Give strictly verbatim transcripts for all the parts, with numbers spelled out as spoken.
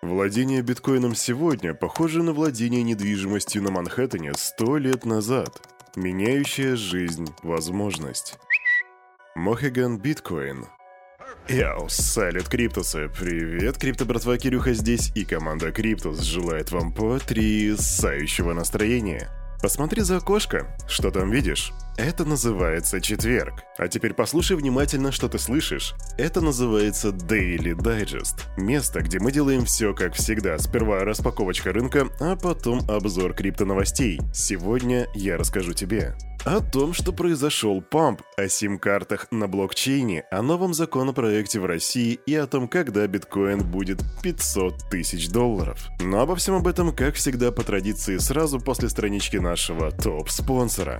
Владение биткоином сегодня похоже на владение недвижимостью на Манхэттене сто лет назад. Меняющая жизнь возможность. Mohegan Bitcoin. Йоу, салют, Криптусы! Привет, крипто-братва, Кирюха здесь, и команда Криптус желает вам потрясающего настроения. Посмотри за окошко, что там видишь? Это называется четверг. А теперь послушай внимательно, что ты слышишь. Это называется Daily Digest. Место, где мы делаем все как всегда. Сперва распаковочка рынка, а потом обзор крипто-новостей. Сегодня я расскажу тебе о том, что произошел памп, о сим-картах на блокчейне, о новом законопроекте в России и о том, когда биткоин будет пятьсот тысяч долларов. Но обо всем об этом, как всегда, по традиции, сразу после странички нашего топ-спонсора.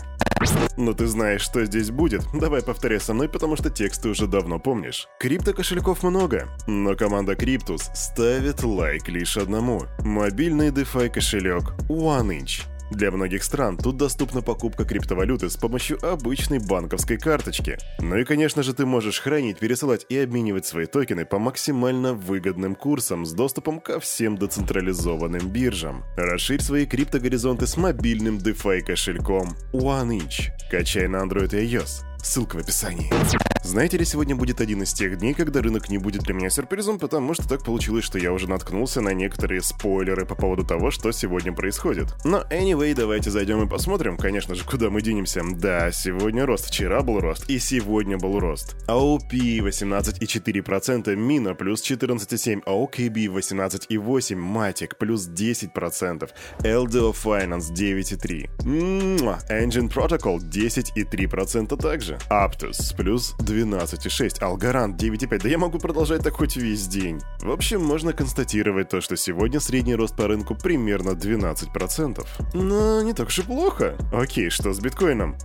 Но ты знаешь, что здесь будет. Давай повторяй со мной, потому что текст ты уже давно помнишь. Крипто-кошельков много, но команда Криптус ставит лайк лишь одному. Мобильный DeFi кошелек OneInch. Для многих стран тут доступна покупка криптовалюты с помощью обычной банковской карточки. Ну и, конечно же, ты можешь хранить, пересылать и обменивать свои токены по максимально выгодным курсам с доступом ко всем децентрализованным биржам. Расширь свои криптогоризонты с мобильным DeFi кошельком OneInch. Качай на Android и iOS. Ссылка в описании. Знаете ли, сегодня будет один из тех дней, когда рынок не будет для меня сюрпризом, потому что так получилось, что я уже наткнулся на некоторые спойлеры по поводу того, что сегодня происходит. Но anyway, давайте зайдем и посмотрим, конечно же, куда мы денемся. Да, сегодня рост, вчера был рост, и сегодня был рост. эй о пи восемнадцать целых четыре десятых процента, Мина плюс четырнадцать целых семь десятых процента, эй о кей би восемнадцать целых восемь десятых процента, Matic плюс десять процентов, эл ди о Finance девять целых три процента, Engine Protocol десять целых три процента также. Aptos плюс двенадцать целых шесть процента, Algorand девять целых пять процента, да я могу продолжать так хоть весь день. В общем, можно констатировать то, что сегодня средний рост по рынку примерно двенадцать процентов. Но не так уж и плохо. Окей, что с биткоином?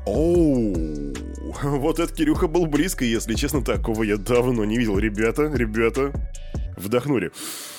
Оу, вот этот Кирюха был близко, если честно, такого я давно не видел. Ребята, ребята, вдохнули.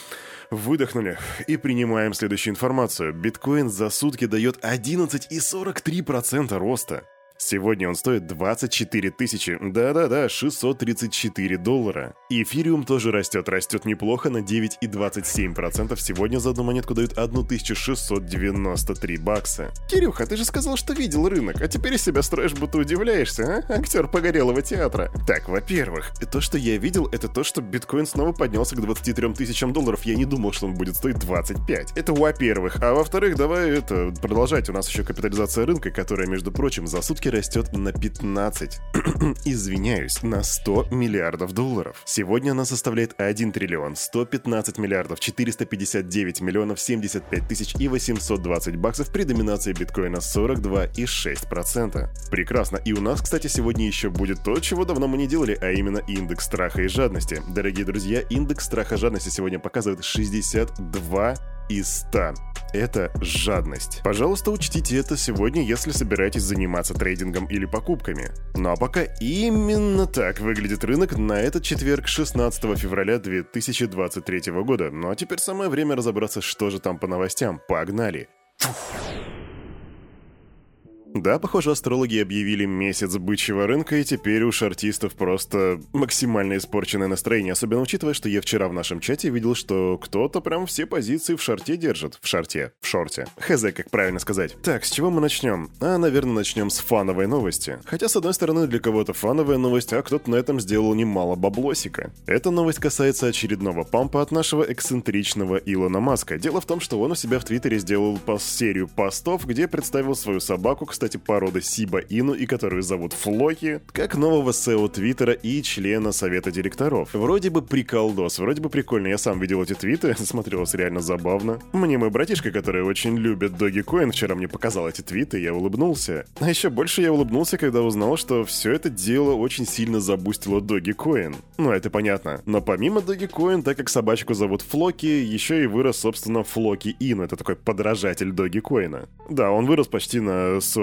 Выдохнули и принимаем следующую информацию. Биткоин за сутки дает одиннадцать целых сорок три сотых процента роста. Сегодня он стоит двадцать четыре тысячи, да-да-да, шестьсот тридцать четыре доллара. Эфириум тоже растет, растет неплохо на девять целых двадцать семь сотых процента. Сегодня за одну монетку дают тысячу шестьсот девяносто три бакса. Кирюха, ты же сказал, что видел рынок, а теперь из себя строишь, будто удивляешься, а? Актер погорелого театра. Так, во-первых, то, что я видел, это то, что биткоин снова поднялся к двадцати трём тысячам долларов. Я не думал, что он будет стоить двадцать пять. Это во-первых. А во-вторых, давай это продолжать. У нас еще капитализация рынка, которая, между прочим, за сутки растет на пятнадцать, извиняюсь, на сто миллиардов долларов. Сегодня она составляет один триллион сто пятнадцать миллиардов четыреста пятьдесят девять миллионов семьдесят пять тысяч и восемьсот двадцать баксов при доминации биткоина сорок два целых шесть десятых процента. Прекрасно. И у нас, кстати, сегодня еще будет то, чего давно мы не делали, а именно индекс страха и жадности. Дорогие друзья, индекс страха и жадности сегодня показывает шестьдесят два из ста. Это жадность. Пожалуйста, учтите это сегодня, если собираетесь заниматься трейдингом или покупками. Ну а пока именно так выглядит рынок на этот четверг, шестнадцатого февраля две тысячи двадцать третьего года. Ну а теперь самое время разобраться, что же там по новостям. Погнали! Да, похоже, астрологи объявили месяц бычьего рынка, и теперь у шортистов просто максимально испорченное настроение, особенно учитывая, что я вчера в нашем чате видел, что кто-то прям все позиции в шорте держит. В шорте, в шорте. Хз, как правильно сказать. Так, с чего мы начнем? А, наверное, начнем с фановой новости. Хотя, с одной стороны, для кого-то фановая новость, а кто-то на этом сделал немало баблосика. Эта новость касается очередного пампа от нашего эксцентричного Илона Маска. Дело в том, что он у себя в Твиттере сделал пост серию постов, где представил свою собаку, кстати, породы Сиба Ину, и которую зовут Флоки, как нового эс и о Твиттера и члена совета директоров. Вроде бы приколдос, вроде бы прикольно, я сам видел эти твиты, смотрелось реально забавно. Мне мой братишка, который очень любит Dogecoin, вчера мне показал эти твиты, я улыбнулся. А еще больше я улыбнулся, когда узнал, что все это дело очень сильно забустило Dogecoin. Ну, это понятно. Но помимо Dogecoin, так как собачку зовут Флоки, еще и вырос, собственно, Флоки Ину, это такой подражатель Dogecoin. Да, он вырос почти на сорок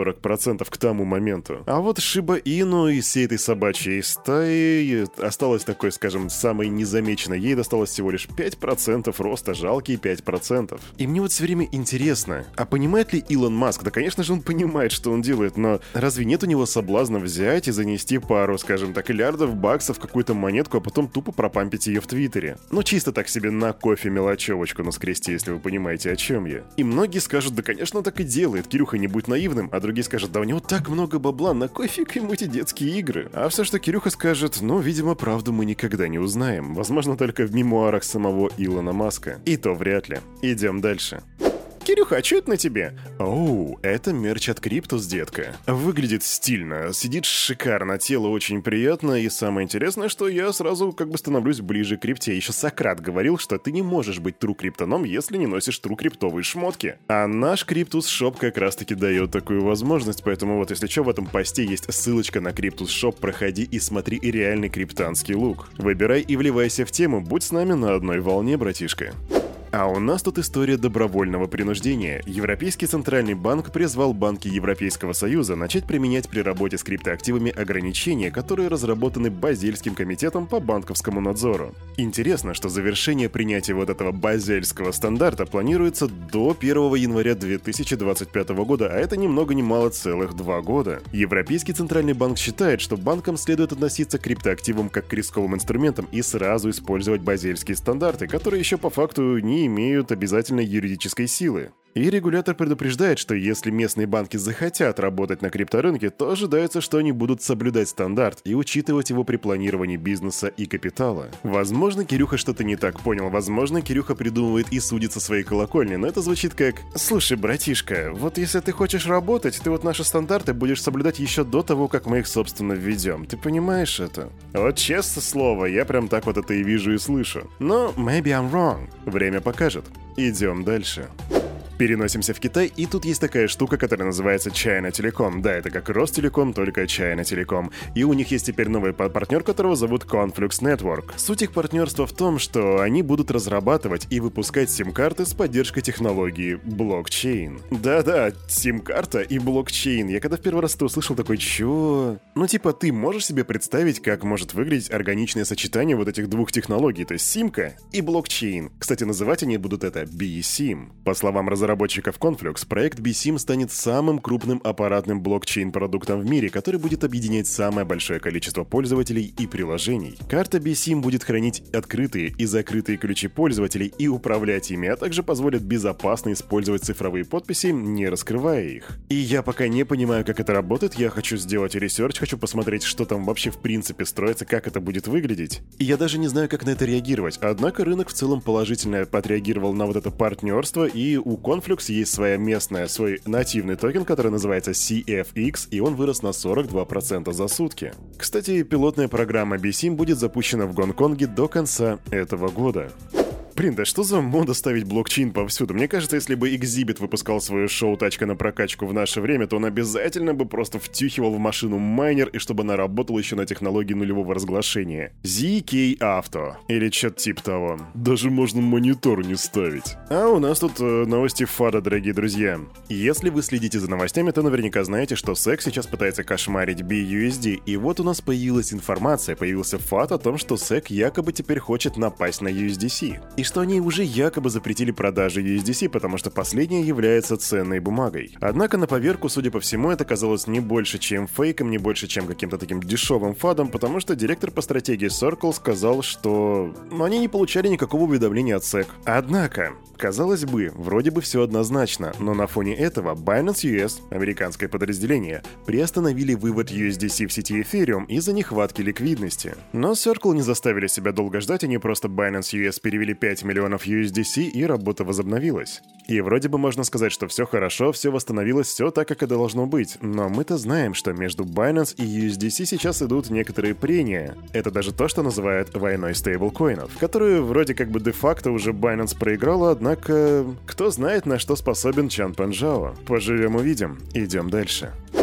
сорок процентов к тому моменту. А вот Shiba Inu из всей этой собачьей стаи осталось такой, скажем, самой незамеченной. Ей досталось всего лишь пять процентов роста, жалкие пять процентов. И мне вот все время интересно, а понимает ли Илон Маск? Да, конечно же, он понимает, что он делает, но разве нет у него соблазна взять и занести пару, скажем так, миллиардов баксов в какую-то монетку, а потом тупо пропампить ее в Твиттере? Ну, чисто так себе на кофе мелочевочку наскрести, если вы понимаете, о чем я. И многие скажут, да, конечно, он так и делает, Кирюха, не будь наивным, а другие скажут, да у него так много бабла, на кофе ему эти детские игры. А все, что Кирюха скажет, ну, видимо, правду мы никогда не узнаем. Возможно, только в мемуарах самого Илона Маска. И то вряд ли. Идем дальше. Кирюха, а что это на тебе? Оу, это мерч от Криптус, детка. Выглядит стильно, сидит шикарно, тело очень приятно, и самое интересное, что я сразу как бы становлюсь ближе к крипте. Еще Сократ говорил, что ты не можешь быть тру криптоном, если не носишь тру криптовые шмотки. А наш Криптус Шоп как раз таки дает такую возможность, поэтому вот если что, в этом посте есть ссылочка на Криптус Шоп, проходи и смотри и реальный криптанский лук. Выбирай и вливайся в тему, будь с нами на одной волне, братишка. А у нас тут история добровольного принуждения. Европейский центральный банк призвал банки Европейского Союза начать применять при работе с криптоактивами ограничения, которые разработаны Базельским комитетом по банковскому надзору. Интересно, что завершение принятия вот этого базельского стандарта планируется до первого января две тысячи двадцать пятого года, а это ни много ни мало целых два года. Европейский центральный банк считает, что банкам следует относиться к криптоактивам как к рисковым инструментам и сразу использовать базельские стандарты, которые еще по факту не имеют обязательной юридической силы. И регулятор предупреждает, что если местные банки захотят работать на крипторынке, то ожидается, что они будут соблюдать стандарт и учитывать его при планировании бизнеса и капитала. Возможно, Кирюха что-то не так понял, возможно, Кирюха придумывает и судит со своей колокольни, но это звучит как: «Слушай, братишка, вот если ты хочешь работать, ты вот наши стандарты будешь соблюдать еще до того, как мы их, собственно, введем. Ты понимаешь это?» Вот честное слово, я прям так вот это и вижу и слышу. Но maybe I'm wrong. Время покажет. Идем дальше. Переносимся в Китай, и тут есть такая штука, которая называется China Telecom. Да, это как Ростелеком, только China Telecom. И у них есть теперь новый партнер, которого зовут Conflux Network. Суть их партнерства в том, что они будут разрабатывать и выпускать сим-карты с поддержкой технологии блокчейн. Да-да, сим-карта и блокчейн. Я когда в первый раз это услышал, такой, чё? Ну типа, ты можешь себе представить, как может выглядеть органичное сочетание вот этих двух технологий, то есть симка и блокчейн. Кстати, называть они будут это би сим. По словам разработчиков, разработчиков Conflux, проект би сим станет самым крупным аппаратным блокчейн-продуктом в мире, который будет объединять самое большое количество пользователей и приложений. Карта би сим будет хранить открытые и закрытые ключи пользователей и управлять ими, а также позволит безопасно использовать цифровые подписи, не раскрывая их. И я пока не понимаю, как это работает, я хочу сделать ресерч, хочу посмотреть, что там вообще в принципе строится, как это будет выглядеть. И я даже не знаю, как на это реагировать, однако рынок в целом положительно отреагировал на вот это партнерство, и у Conflux есть своя местная, свой нативный токен, который называется си эф икс, и он вырос на сорок два процента за сутки. Кстати, пилотная программа би сим будет запущена в Гонконге до конца этого года. Блин, да что за мода ставить блокчейн повсюду? Мне кажется, если бы Exhibit выпускал свое шоу «Тачка на прокачку» в наше время, то он обязательно бы просто втюхивал в машину майнер, и чтобы она работала еще на технологии нулевого разглашения. зет кей Auto. Или что-то типа того. Даже можно монитор не ставить. А у нас тут э, новости фада, дорогие друзья. Если вы следите за новостями, то наверняка знаете, что сэк сейчас пытается кошмарить би ю эс ди, и вот у нас появилась информация, появился фад о том, что сэк якобы теперь хочет напасть на ю эс ди си. И что они уже якобы запретили продажи ю эс ди си, потому что последняя является ценной бумагой. Однако на поверку, судя по всему, это казалось не больше, чем фейком, не больше, чем каким-то таким дешевым фадом, потому что директор по стратегии Circle сказал, что они не получали никакого уведомления от сэк. Однако, казалось бы, вроде бы все однозначно, но на фоне этого Binance ю эс, американское подразделение, приостановили вывод ю эс ди си в сети Ethereum из-за нехватки ликвидности. Но Circle не заставили себя долго ждать, они просто Binance ю эс перевели пять миллионов ю эс ди си, и работа возобновилась. И вроде бы можно сказать, что все хорошо, все восстановилось, все так, как и должно быть. Но мы-то знаем, что между Binance и ю эс ди си сейчас идут некоторые прения. Это даже то, что называют войной стейблкоинов, которую вроде как бы де-факто уже Binance проиграла, однако кто знает, на что способен Чан Пенжао. Поживем увидим. Идем дальше.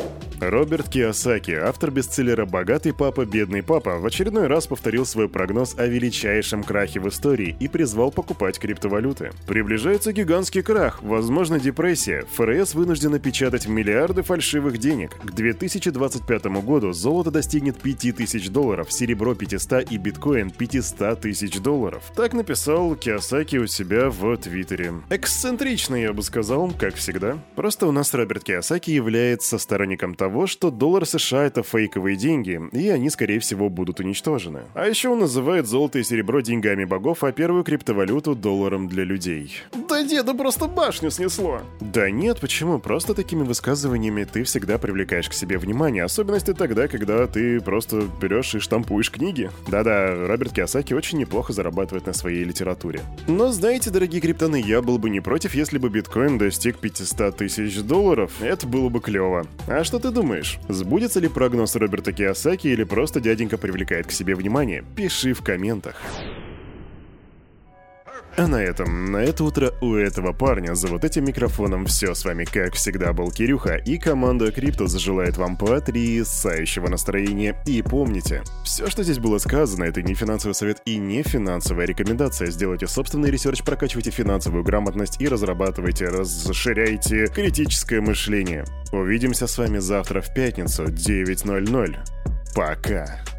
Роберт Кийосаки, автор бестселлера «Богатый папа, бедный папа», в очередной раз повторил свой прогноз о величайшем крахе в истории и призвал покупать криптовалюты. Приближается гигантский крах, возможно депрессия. ФРС вынуждена печатать миллиарды фальшивых денег. К две тысячи двадцать пятому году золото достигнет пяти тысяч долларов, серебро пятьсот и биткоин пятьсот тысяч долларов. Так написал Кийосаки у себя в Твиттере. Эксцентрично, я бы сказал, как всегда. Просто у нас Роберт Кийосаки является сторонником того, что доллар США — это фейковые деньги, и они, скорее всего, будут уничтожены. А еще он называет золото и серебро деньгами богов, а первую криптовалюту — долларом для людей. Да деда просто башню снесло! Да нет, почему? Просто такими высказываниями ты всегда привлекаешь к себе внимание, особенности тогда, когда ты просто берешь и штампуешь книги. Да-да, Роберт Кийосаки очень неплохо зарабатывает на своей литературе. Но знаете, дорогие криптоны, я был бы не против, если бы биткоин достиг пятьсот тысяч долларов. Это было бы клево. А что ты думаешь? Сбудется ли прогноз Роберта Кийосаки или просто дяденька привлекает к себе внимание? Пиши в комментах. А на этом, на это утро у этого парня за вот этим микрофоном все. С вами, как всегда, был Кирюха, и команда Криптус желает вам потрясающего настроения. И помните, все, что здесь было сказано, это не финансовый совет и не финансовая рекомендация. Сделайте собственный ресерч, прокачивайте финансовую грамотность и разрабатывайте, расширяйте критическое мышление. Увидимся с вами завтра в пятницу, девять ноль ноль. Пока.